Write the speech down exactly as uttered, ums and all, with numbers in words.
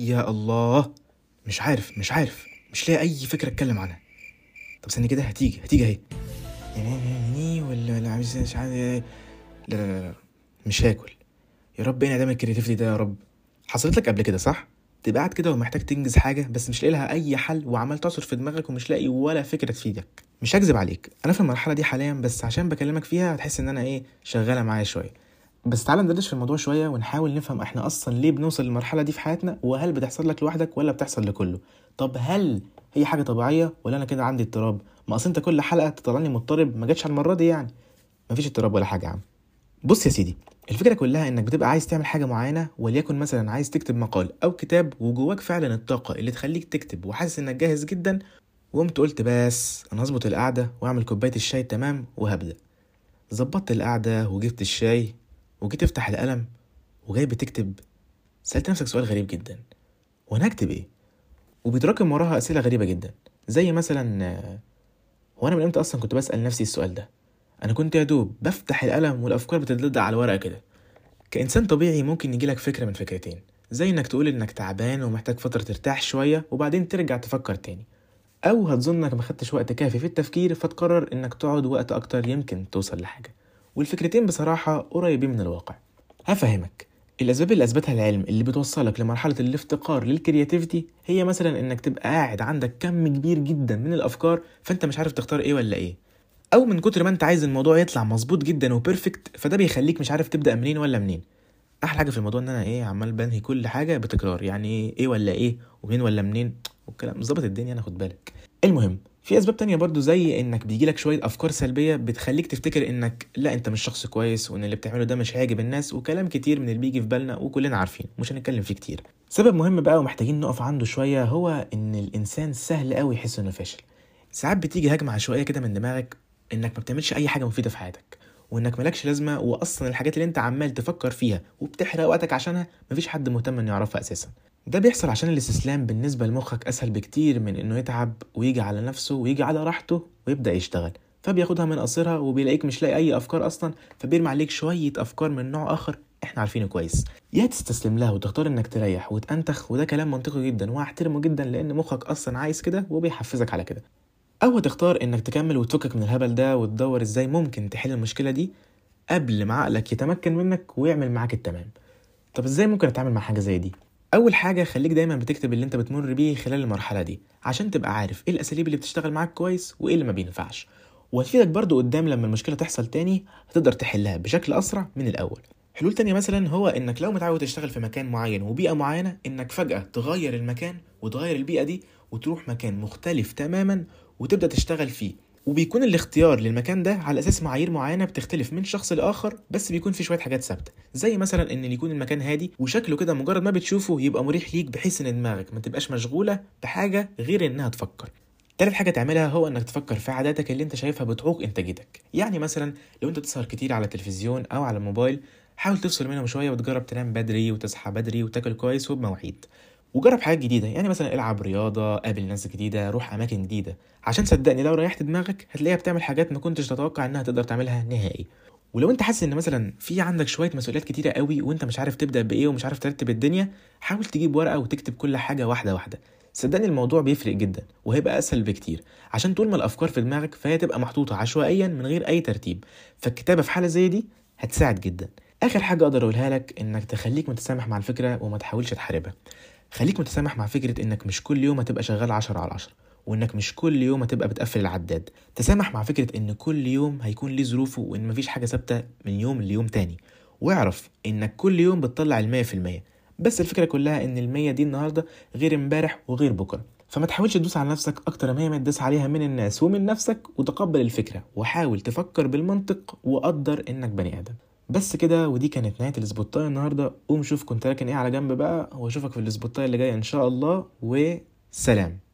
يا الله، مش عارف مش عارف مش لاقي اي فكره اتكلم عنها. طب استني كده، هتيجي هتيجي اهي. يعني ولا ولا عايز مش عارف. لا لا لا لا، مش هاكل. يا رب ايه انعدام الكرياتيفيتي ده يا رب. حصلت لك قبل كده صح؟ تبقى قاعد كده ومحتاج تنجز حاجه بس مش لاقي لها اي حل، وعمال تعصر في دماغك ومش لاقي ولا فكره تفيدك. مش هكذب عليك، انا في المرحله دي حاليا، بس عشان بكلمك فيها هتحس ان انا ايه شغاله معايا شويه. بس تعالى ندردش في الموضوع شويه ونحاول نفهم احنا اصلا ليه بنوصل للمرحله دي في حياتنا، وهل بتحصل لك لوحدك ولا بتحصل لكله. طب هل هي حاجه طبيعيه ولا انا كده عندي اضطراب؟ ما اصل انت كل حلقه تطلعني مضطرب، ما جاتش على المره دي يعني. مفيش اضطراب ولا حاجه يا عم. بص يا سيدي، الفكره كلها انك بتبقى عايز تعمل حاجه معينه، وليكن مثلا عايز تكتب مقال او كتاب، وجواك فعلا الطاقه اللي تخليك تكتب وحاسس انك جاهز جدا، وقمت قلت بس انا هظبط القعده واعمل كوبايه الشاي تمام وهبدا. ظبطت القعده وجبت الشاي وجيت تفتح القلم وجاي بتكتب. سألت نفسك سؤال غريب جدا، وانا هكتب ايه؟ وبيتراكم وراها اسئله غريبه جدا، زي مثلا آه، هو انا من امتى اصلا كنت بسأل نفسي السؤال ده؟ انا كنت يا دوب بفتح القلم والافكار بتتلدع على الورقه كده. كإنسان طبيعي ممكن يجيلك فكره من فكرتين، زي انك تقول انك تعبان ومحتاج فتره ترتاح شويه وبعدين ترجع تفكر تاني، او هتظن انك ما خدتش وقت كافي في التفكير فتقرر انك تقعد وقت اكتر يمكن توصل لحاجه. والفكرتين بصراحه قريبين من الواقع. هفهمك. الاسباب اللي اثبتها العلم اللي بتوصلك لمرحله الافتقار للكرياتيفيتي هي مثلا انك تبقى قاعد عندك كم كبير جدا من الافكار، فانت مش عارف تختار ايه ولا ايه، او من كتر ما انت عايز الموضوع يطلع مظبوط جدا وبيرفكت، فده بيخليك مش عارف تبدا منين ولا منين. احلى حاجه في الموضوع ان انا ايه عمال بنهي كل حاجه بتكرار، يعني ايه ولا ايه ومنين ولا منين والكلام مظبط الدنيا، انا خد بالك. المهم، في اسباب تانية برضو، زي انك بيجيلك شويه افكار سلبيه بتخليك تفتكر انك لا انت مش شخص كويس، وان اللي بتعمله ده مش هيعجب الناس، وكلام كتير من اللي بيجي في بالنا وكلنا عارفين مش هنتكلم فيه كتير. سبب مهم بقى ومحتاجين نقف عنده شويه، هو ان الانسان سهل قوي يحس انه فاشل. ساعات بتيجي هجمه عشوائيه كده من دماغك انك ما بتعملش اي حاجه مفيده في حياتك، وانك مالكش لازمه، واصلا الحاجات اللي انت عمال تفكر فيها وبتحرق وقتك عشانها مفيش حد مهتم انه يعرفها اساسا. ده بيحصل عشان الاستسلام بالنسبه لمخك اسهل بكتير من انه يتعب ويجي على نفسه ويجي على راحته ويبدا يشتغل، فبياخدها من قصرها وبيلاقيك مش لاقي اي افكار اصلا، فبيرمي عليك شويه افكار من نوع اخر احنا عارفينه كويس. يا تستسلم لها وتختار انك تريح وتنتخ، وده كلام منطقي جدا وهحترمه جدا لان مخك اصلا عايز كده وبيحفزك على كده، او تختار انك تكمل وتفكك من الهبل ده وتدور ازاي ممكن تحل المشكله دي قبل ما عقلك يتمكن منك ويعمل معاك التمام. طب ازاي ممكن اتعامل مع حاجه زي دي؟ اول حاجه، خليك دايما بتكتب اللي انت بتمر بيه خلال المرحله دي، عشان تبقى عارف ايه الاساليب اللي بتشتغل معاك كويس وايه اللي ما بينفعش، وهتفيدك برضو قدام لما المشكله تحصل تاني هتقدر تحلها بشكل اسرع من الاول. حلول تانية مثلا هو انك لو متعود تشتغل في مكان معين وبيئه معينه، انك فجاه تغير المكان وتغير البيئه دي وتروح مكان مختلف تماما وتبدا تشتغل فيه. وبيكون الاختيار للمكان ده على اساس معايير معينه بتختلف من شخص لاخر، بس بيكون في شويه حاجات ثابته، زي مثلا ان يكون المكان هادي وشكله كده مجرد ما بتشوفه يبقى مريح ليك، بحيث ان دماغك ما تبقاش مشغوله بحاجه غير انها تفكر. تالت حاجه تعملها هو انك تفكر في عاداتك اللي انت شايفها بتعوق انتاجيتك. يعني مثلا لو انت تسهر كتير على التلفزيون او على الموبايل، حاول تفصل منهم شويه وتجرب تنام بدري وتصحى بدري وتاكل كويس وبمواعيد. وجرب حاجات جديده، يعني مثلا العب رياضه، قابل ناس جديده، روح اماكن جديده، عشان صدقني لو ريحت دماغك هتلاقيها بتعمل حاجات ما كنتش تتوقع انها تقدر تعملها نهائي. ولو انت حاسس ان مثلا في عندك شويه مسؤوليات كتيره قوي وانت مش عارف تبدا بايه ومش عارف ترتب الدنيا، حاول تجيب ورقه وتكتب كل حاجه واحده واحده. صدقني الموضوع بيفرق جدا وهيبقى اسهل بكتير، عشان طول ما الافكار في دماغك فهي تبقى محطوطه عشوائيا من غير اي ترتيب، فالكتابه في حاله زي دي هتساعد جدا. اخر حاجه اقدر اقولها لك انك تخليك متسامح مع الفكره وما تحاولش تحاربها. خليك متسامح مع فكرة انك مش كل يوم هتبقى شغال عشرة على عشرة، وانك مش كل يوم هتبقى بتقفل العداد. تسامح مع فكرة ان كل يوم هيكون ليه ظروفه، وان مفيش حاجة ثابتة من يوم ليوم تاني. واعرف انك كل يوم بتطلع المية في المية، بس الفكرة كلها ان المية دي النهاردة غير امبارح وغير بكرة، فما تحاولش تدوس على نفسك اكتر ما هي ما تدوس عليها من الناس ومن نفسك، وتقبل الفكرة وحاول تفكر بالمنطق وقدر انك بني ادم. بس كده، ودي كانت نهاية الاسبوتاية النهاردة. قوم شوف كنت راكن ايه على جنب بقى، واشوفك في الاسبوتاية اللي جاية ان شاء الله، وسلام.